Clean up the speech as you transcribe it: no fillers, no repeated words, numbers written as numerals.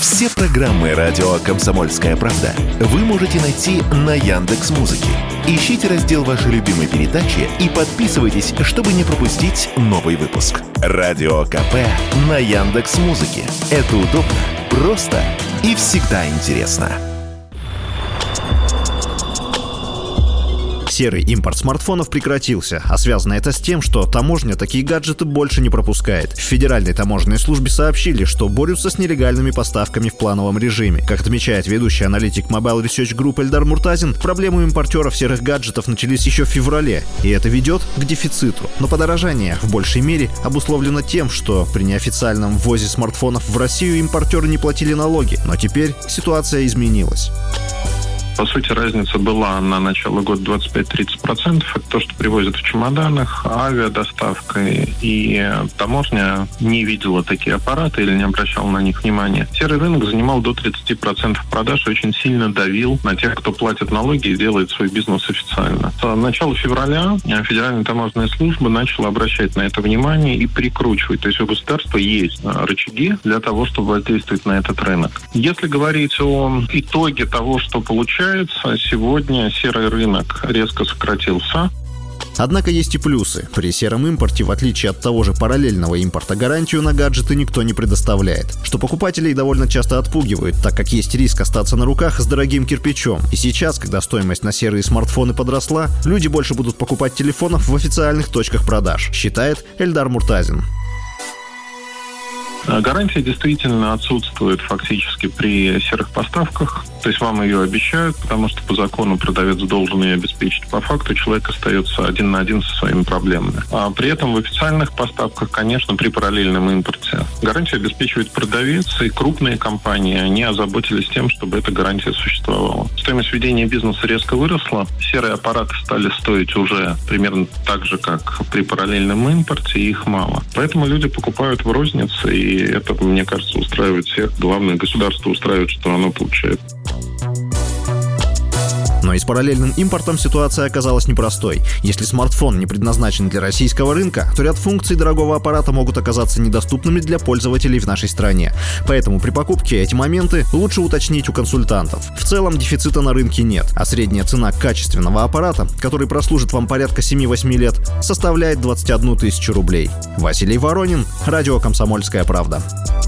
Все программы радио «Комсомольская правда» вы можете найти на Яндекс.Музыке. Ищите раздел вашей любимой передачи и подписывайтесь, чтобы не пропустить новый выпуск. Радио КП на Яндекс.Музыке. Это удобно, просто и всегда интересно. Серый импорт смартфонов прекратился, а связано это с тем, что таможня такие гаджеты больше не пропускает. В Федеральной таможенной службе сообщили, что борются с нелегальными поставками в плановом режиме. Как отмечает ведущий аналитик Mobile Research Group Эльдар Муртазин, проблемы импортеров серых гаджетов начались еще в феврале, и это ведет к дефициту. Но подорожание в большей мере обусловлено тем, что при неофициальном ввозе смартфонов в Россию импортеры не платили налоги, но теперь ситуация изменилась. По сути, разница была на начало года 25-30%. Это то, что привозят в чемоданах, авиадоставкой. И таможня не видела такие аппараты или не обращала на них внимания. Серый рынок занимал до 30% продаж и очень сильно давил на тех, кто платит налоги и делает свой бизнес официально. С начала февраля Федеральная таможенная служба начала обращать на это внимание и прикручивать. То есть у государства есть рычаги для того, чтобы воздействовать на этот рынок. Если говорить о итоге того, что получается, сегодня серый рынок резко сократился. Однако есть и плюсы. При сером импорте, в отличие от того же параллельного импорта, гарантию на гаджеты никто не предоставляет, что покупателей довольно часто отпугивает, так как есть риск остаться на руках с дорогим кирпичом. И сейчас, когда стоимость на серые смартфоны подросла, люди больше будут покупать телефонов в официальных точках продаж, считает Эльдар Муртазин. Гарантия действительно отсутствует фактически при серых поставках. То есть вам ее обещают, потому что по закону продавец должен ее обеспечить. По факту человек остается один на один со своими проблемами. А при этом в официальных поставках, конечно, при параллельном импорте гарантию обеспечивает продавец, и крупные компании, они озаботились тем, чтобы эта гарантия существовала. Стоимость ведения бизнеса резко выросла. Серые аппараты стали стоить уже примерно так же, как при параллельном импорте, и их мало. Поэтому люди покупают в рознице, и это, мне кажется, устраивает всех. Главное, государство устраивает, что оно получает. Но и с параллельным импортом ситуация оказалась непростой. Если смартфон не предназначен для российского рынка, то ряд функций дорогого аппарата могут оказаться недоступными для пользователей в нашей стране. Поэтому при покупке эти моменты лучше уточнить у консультантов. В целом дефицита на рынке нет, а средняя цена качественного аппарата, который прослужит вам порядка 7-8 лет, составляет 21 тысячу рублей. Василий Воронин, радио «Комсомольская правда».